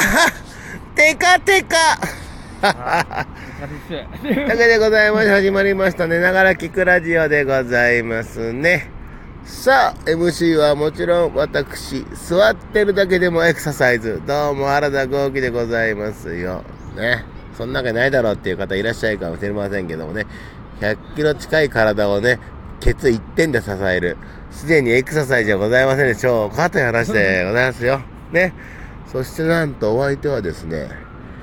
テカテカというわけでございまして、始まりましたねながら聞くラジオでございますね。さあ MC はもちろん私、座ってるだけでもエクササイズ、どうも原田豪輝でございますよね。そんなわけないだろうっていう方いらっしゃるかもしれませんけどもね、100キロ近い体をね、ケツ一点で支える、すでにエクササイズじゃございませんでしょうかという話でございますよね。そしてなんとお相手はですね、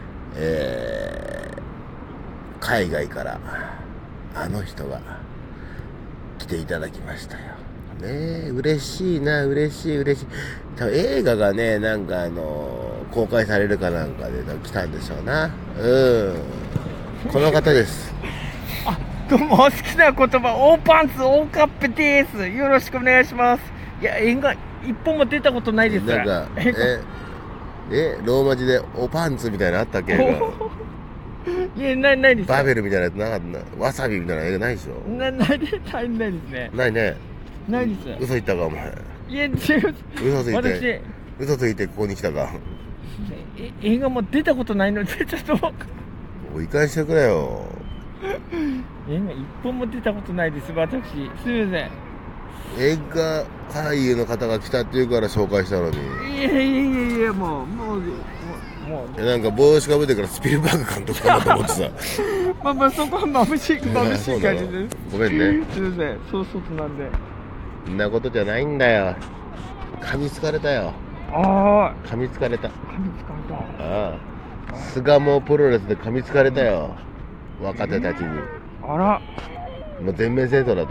海外からあの人が来ていただきましたよね。嬉しいな、嬉しい。多分映画がね、なんか公開されるかなんかで来たんでしょうな。この方です。 どうも、好きな言葉、大パンツ、大カップです。よろしくお願いします。いや、映画一本も出たことないです。 なんか、ローマ字でおパンツみたいなのあったっけ？ いや、ないです。 バベルみたいなやつなかった？わさびみたいな映画ないでしょ？ ないですね。 ないね。 ないです。 嘘言ったか、お前。 いや、違う。 嘘ついてここに来たか。 映画も出たことないので、ちょっと。 追い返してくれよ。 映画一本も出たことないです、私。すみません。 映画俳優の方が来たって言うから紹介したのに。 いや、もう。 なんか帽子かぶってからスピルバーグ監督かなと思ってさ。 まあ、そこは眩しい感じです。 ごめんね。 すみません、そうなんで。 そんなことじゃないんだよ。噛みつかれたよ。噛みつかれた。ああ。巣鴨プロレスで噛みつかれたよ。若手たちに。 あら。 もう全面戦争だと。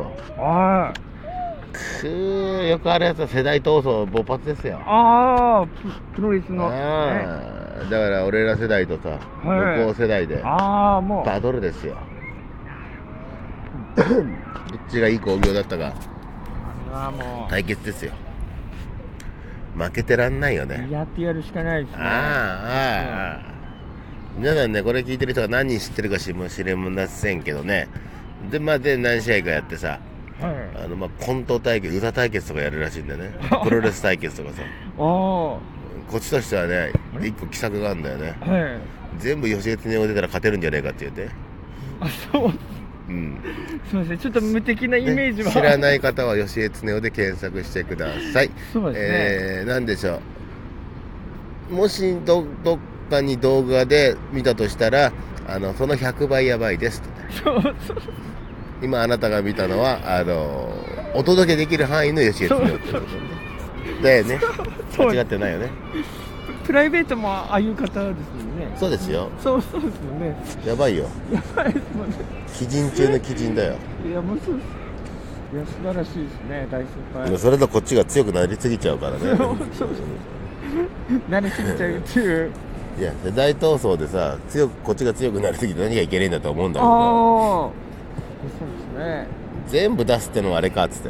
よくあるやつは世代闘争勃発ですよ。 プロレスの。 だから俺ら世代とさ、向こう世代でもうバトルですよ。どっちがいい興行だったか対決ですよ。負けてらんないよね。 やってやるしかないですね。 皆さんね、これ聞いてる人が何人知ってるかもしれませんけどね。で何試合かやってさ、コント対決、歌対決とかやるらしいんだよね。プロレス対決とかさ。こっちとしてはね、一個奇策があるんだよね。全部吉江恒夫出たら勝てるんじゃねえかって言って。 そう。すみません、ちょっと無敵なイメージは、 知らない方は吉江恒夫で検索してください。 そうですね。 なんでしょう。もしどっかに動画で見たとしたら、その100倍やばいですってね。今あなたが見たのはお届けできる範囲の吉江恒夫ってことだよね。間違ってないよね。 プライベートもああいう方ですよね。 そうですよ。 そうですよね。 やばいよ。 やばいですもんね。 奇人中の奇人だよ。 いや、もうそうです。いや、素晴らしいですね、大先輩。 それとこっちが強くなりすぎちゃうからね。 なりすぎちゃうっていう。 いや、世代闘争でさ、こっちが強くなりすぎて何がいけないんだと思うんだけど。 そうですね。 全部出すってのはあれかっつって。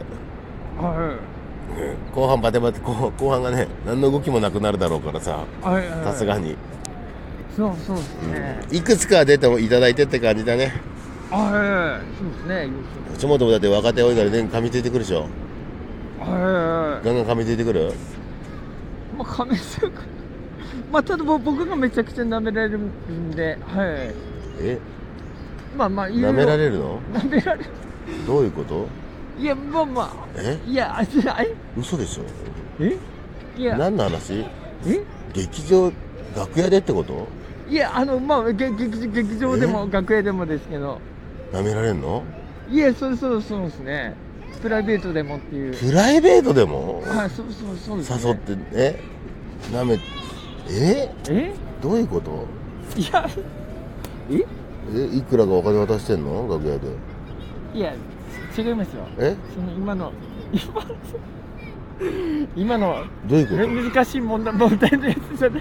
後半後半がね、何の動きもなくなるだろうからさ、さすがに。 そうですね。 いくつか出てもいただいてって感じだね。 そうですね。 吉本もだって若手多いから全然噛みついてくるでしょ。ガンガン噛みついてくる。 噛みつく。ただ僕がめちゃくちゃ舐められるんで、 舐められるの？ 舐められる。 どういうこと？ いや、いや、 嘘でしょ？ いや、 何の話？劇場、楽屋でってこと？ いや、劇場でも楽屋でもですけど。 舐められるの？ いや、そうですね。プライベートでもっていう。 プライベートでも？ そうです、ね。 誘って舐めどういうこと？ いや、 いくらかお金渡してんの？楽屋で。 いや、違いますよ。今のどういうこと？ 難しい問題のやつじゃない。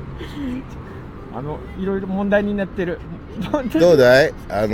いろいろ問題になってる。 どうだい？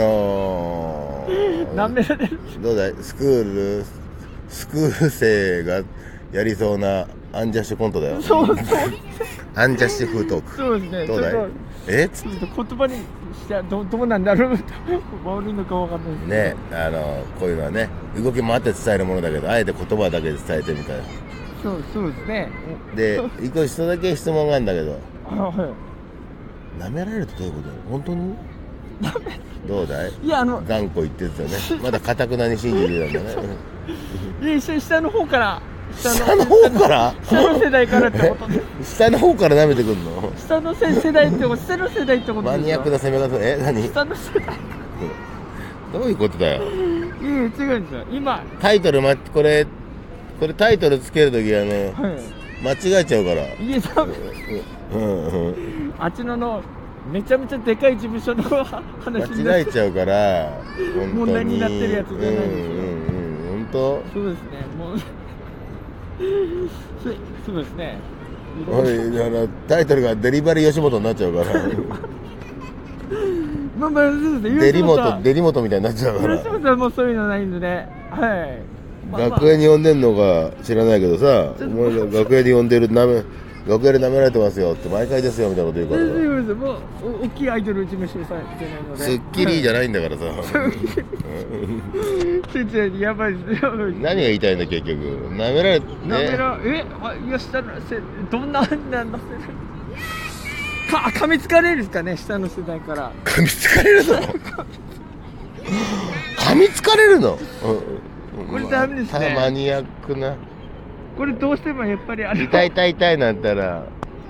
舐められる。 どうだい？スクール生がやりそうなアンジャッシュコントだよ。アンジャッシュ風トーク。 そうですね。 どうだい？ ちょっと言葉にしちゃどうなんだろうと悪いのかわかんないですね。こういうのはね、動き回って伝えるものだけど、あえて言葉だけで伝えてみたい。 そうですね。 で一個一つだけ質問があるんだけど、 は舐められるってどういうことだよ本当に？どうだい？ い。いや頑固言ってるんですよね。まだ堅くなに信じてたんだね。 いや下の方から。 下の方から下の世代からってことです。 下の方から舐めてくんの？ 下の世代ってこと、下の世代ってことですよ。 マニアックな攻め方。何？ 下の世代。 どういうことだよ。 いや違うんですよ。今タイトルこれタイトルつけるときはい、 間違えちゃうから。 いや多分あっちのめちゃめちゃでかい事務所の話にな間違えちゃうから問題になってるやつじゃないですよ。 本当？ そうですね。もうそうですね。 タイトルがデリバリー吉本になっちゃうからまあそうですね。 デリモトみたいになっちゃうから。 吉本はもうそういうのないんでね。はい。 楽屋に呼んでんのか知らないけどさ、お前が楽屋に呼んでる楽屋で舐められてますよって毎回ですよみたいなこと言うからもう大きいアイドル事務所さんじゃないので。 スッキリじゃないんだからさ。 やばいです。 何が言いたいんだ結局。舐められていや下のどんななんだ噛みつかれるんですかね、下の世代から。 噛みつかれるの？噛みつかれるの？ これダメですね。 マニアックな。 これどうしてもやっぱり痛いなんたら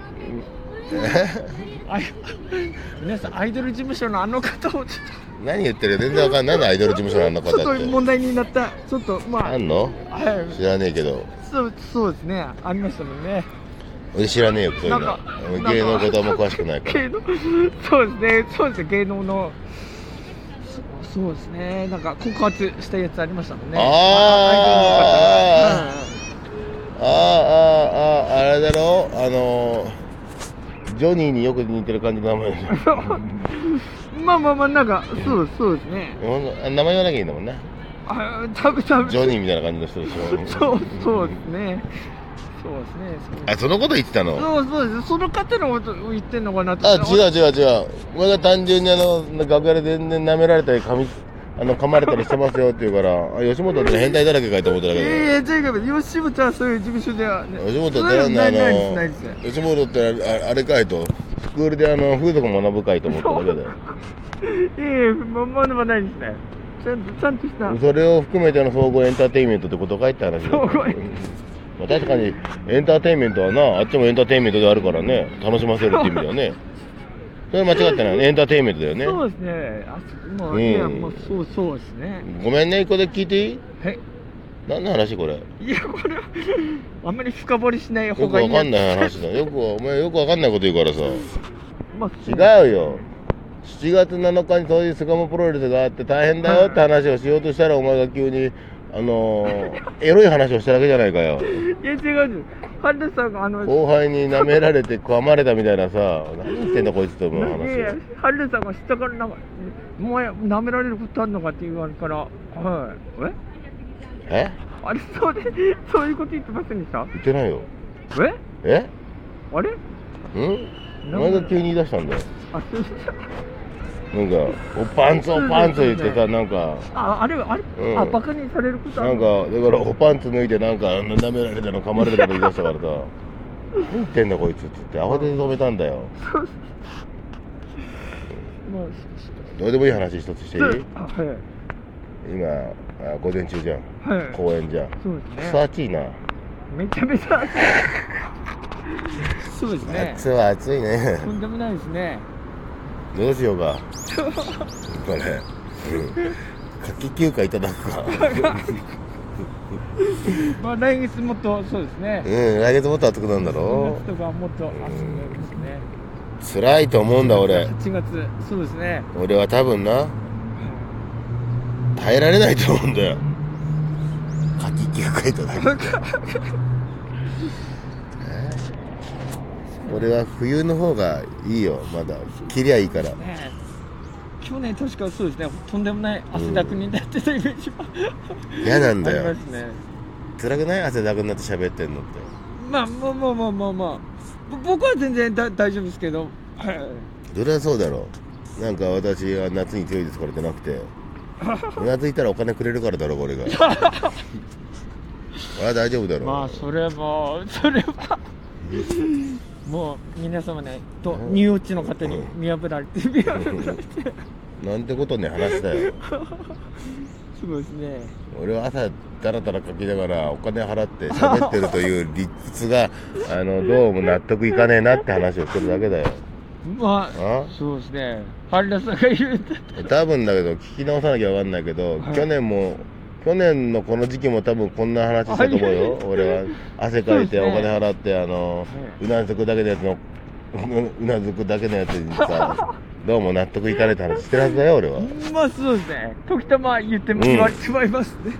皆さんアイドル事務所のあの方をちょっと何言ってる？全然わかんない。何アイドル事務所のあの方って。 ちょっと問題になったちょっとあんの？ はい。 知らねえけど。 そうですね。ありましたもんね。 俺知らねえよそういうの。芸能ことはもう詳しくないから。 そうですね。芸能のそうですね。なんか告発したやつありましたもんね。 あれだろ？ジョニーによく似てる感じの名前。 まあなんかそうですね。 名前言わなきゃいいんだもんね。 多分ジョニーみたいな感じの人でしょ。そうですね。 そのこと言ってたの？ そうです。その方のこと言ってんのかなって。 違う。俺が単純に楽屋で全然舐められたり噛まれたりしてますよって言うから吉本って変態だらけかいと思っただけど。 違う。吉本はそういう事務所では、 吉本ってないです。吉本ってあれかいとスクールで風俗学ぶかいと思っただけだよ。 まだないですね。ちゃんとした。 それを含めての総合エンターテインメントってことかいって話だよ。まあ確かにエンターテインメントはなあっちもエンターテインメントであるからね、楽しませるって意味だよね。それは間違ってない。エンターテインメントだよね。 そうですね。いやもうそうですね。 ごめんね、一個で聞いていい？何の話これ？ いやこれはあんまり深掘りしない方よくがいい。 わかんない話だ。お前よくわかんないこと言うからさ。 違違うよ。7月7日に当日巣鴨プロレスがあって大変だよって話をしようとしたらお前が急にエロい話をしただけじゃないかよ。 いや違う。ハルさんが後輩に舐められて噛まれたみたいなさ、何言ってんだこいつと思う話。 いやハルさんが下からなんかお前舐められることあるのかって言われるから、あれそういうこと言ってませんでした？ 言ってないよ。 あれ？ お前が急に言い出したんだよ。なんかおパンツ言ってさ、なんかあれバカにされることある。 なんかだからおパンツ脱いでなんか舐められたの噛まれたの言い出したからさ、何言ってんだこいつって言って慌てて止めたんだよ。どうでもいい話一つしていい？今午前中じゃん。公園じゃん。クソ暑いな。 めちゃめちゃ暑い。そうですね。 夏は暑いね。 とんでもないですね。 どうしようかこれ、夏季休暇いただくか。 まあ来月もっとそうですね。 来月もっと暑くなるんだろ夏とかもっと暑くなりますね。 辛いと思うんだ俺。 8月そうですね。 俺は多分な耐えられないと思うんだよ。夏季休暇いただく俺は冬の方がいいよ。まだ切りゃいいから、 去年確かそうですね。とんでもない汗だくになってたイメージは嫌なんだよ。 ありますね。 辛くない？汗だくになって喋ってんのって。 まあ僕は全然大丈夫ですけど。 それはそうだろう。なんか私は夏に強いですからじゃなくて夏いたらお金くれるからだろ俺が。 あ、大丈夫だろう。 まあそれはもう皆様ねとニューオチの方に見破られてなんてことね話だよ。 そうですね。 俺は朝ダラダラ書きながらお金払って喋ってるという理屈がどうも納得いかねえなって話をしてるだけだよ。 まあそうですね。春田さんが言うと多分だけど聞き直さなきゃ分かんないけど、 はい、 去年のこの時期も多分こんな話したと思うよ。俺は汗かいてお金払ってうなずくだけのやつのうなずくだけのやつにさどうも納得いかねえって話してるはずだよ俺は。 まあそうですね。時たま言われてしまいますね。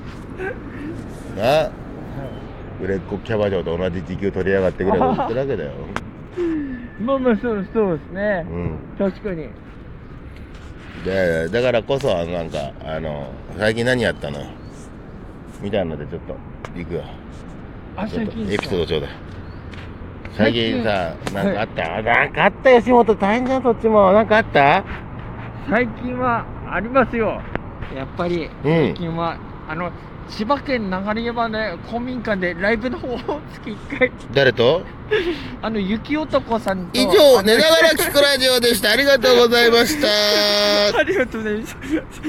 なあ、売れっ子キャバ嬢と同じ時給取りやがってくれば言ってるわけだよ。 まあそうですね。確かに。 でだからこそなんか最近何やったのみたいなのでちょっと行くよ。 最近エピソードちょうだい。最近さ、なんかあった、なんかあったよ、吉本大変じゃん、そっちも。なんかあった？ 最近はありますよ。やっぱり、最近は、千葉県流山で公民館でライブの方を月1回。 誰と？ 雪男さんと。 以上、寝ながら聞くラジオでした。ありがとうございました。 ありがとうございました。